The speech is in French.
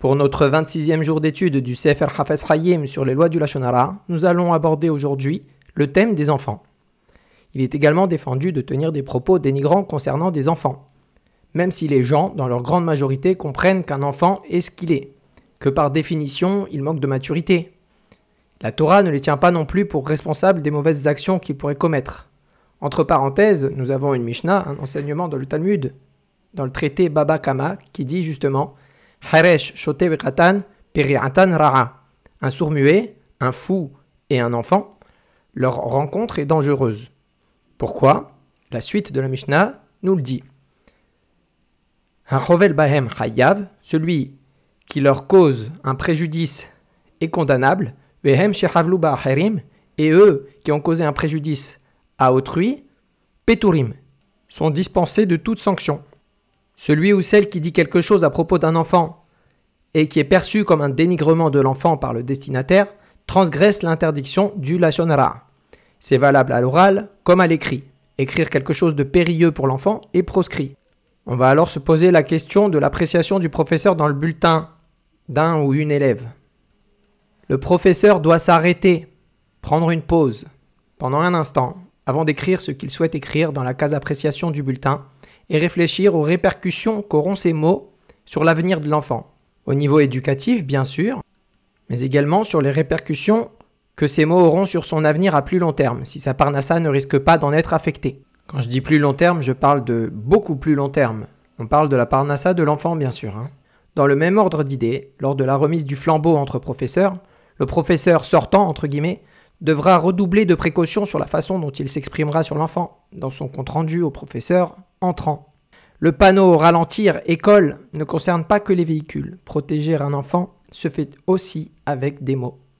Pour notre 26e jour d'étude du Sefer Hafez Chaim sur les lois du Lashon Hara, nous allons aborder aujourd'hui le thème des enfants. Il est également défendu de tenir des propos dénigrants concernant des enfants, même si les gens, dans leur grande majorité, comprennent qu'un enfant est ce qu'il est, que par définition, il manque de maturité. La Torah ne les tient pas non plus pour responsables des mauvaises actions qu'ils pourraient commettre. Entre parenthèses, nous avons une Mishnah, un enseignement dans le Talmud, dans le traité Baba Kama, qui dit justement Haresh shote vekatan peri'atan ra'a. Un sourd-muet, un fou et un enfant, leur rencontre est dangereuse. Pourquoi? La suite de la Mishnah nous le dit. Hachovel bahem chayav, celui qui leur cause un préjudice est condamnable, vehem shechavlu ba'acherim, et eux qui ont causé un préjudice à autrui, peturim, sont dispensés de toute sanction. Celui ou celle qui dit quelque chose à propos d'un enfant et qui est perçu comme un dénigrement de l'enfant par le destinataire transgresse l'interdiction du Lashon Hara. C'est valable à l'oral comme à l'écrit. Écrire quelque chose de périlleux pour l'enfant est proscrit. On va alors se poser la question de l'appréciation du professeur dans le bulletin d'un ou une élève. Le professeur doit s'arrêter, prendre une pause, pendant un instant, avant d'écrire ce qu'il souhaite écrire dans la case appréciation du bulletin et réfléchir aux répercussions qu'auront ces mots sur l'avenir de l'enfant. Au niveau éducatif, bien sûr, mais également sur les répercussions que ces mots auront sur son avenir à plus long terme, si sa parnassa ne risque pas d'en être affectée. Quand je dis plus long terme, je parle de beaucoup plus long terme. On parle de la parnassa de l'enfant, bien sûr. Dans le même ordre d'idées, lors de la remise du flambeau entre professeurs, le professeur sortant, entre guillemets, devra redoubler de précautions sur la façon dont il s'exprimera sur l'enfant, dans son compte-rendu au professeur entrant. Le panneau « Ralentir, école » ne concerne pas que les véhicules. Protéger un enfant se fait aussi avec des mots.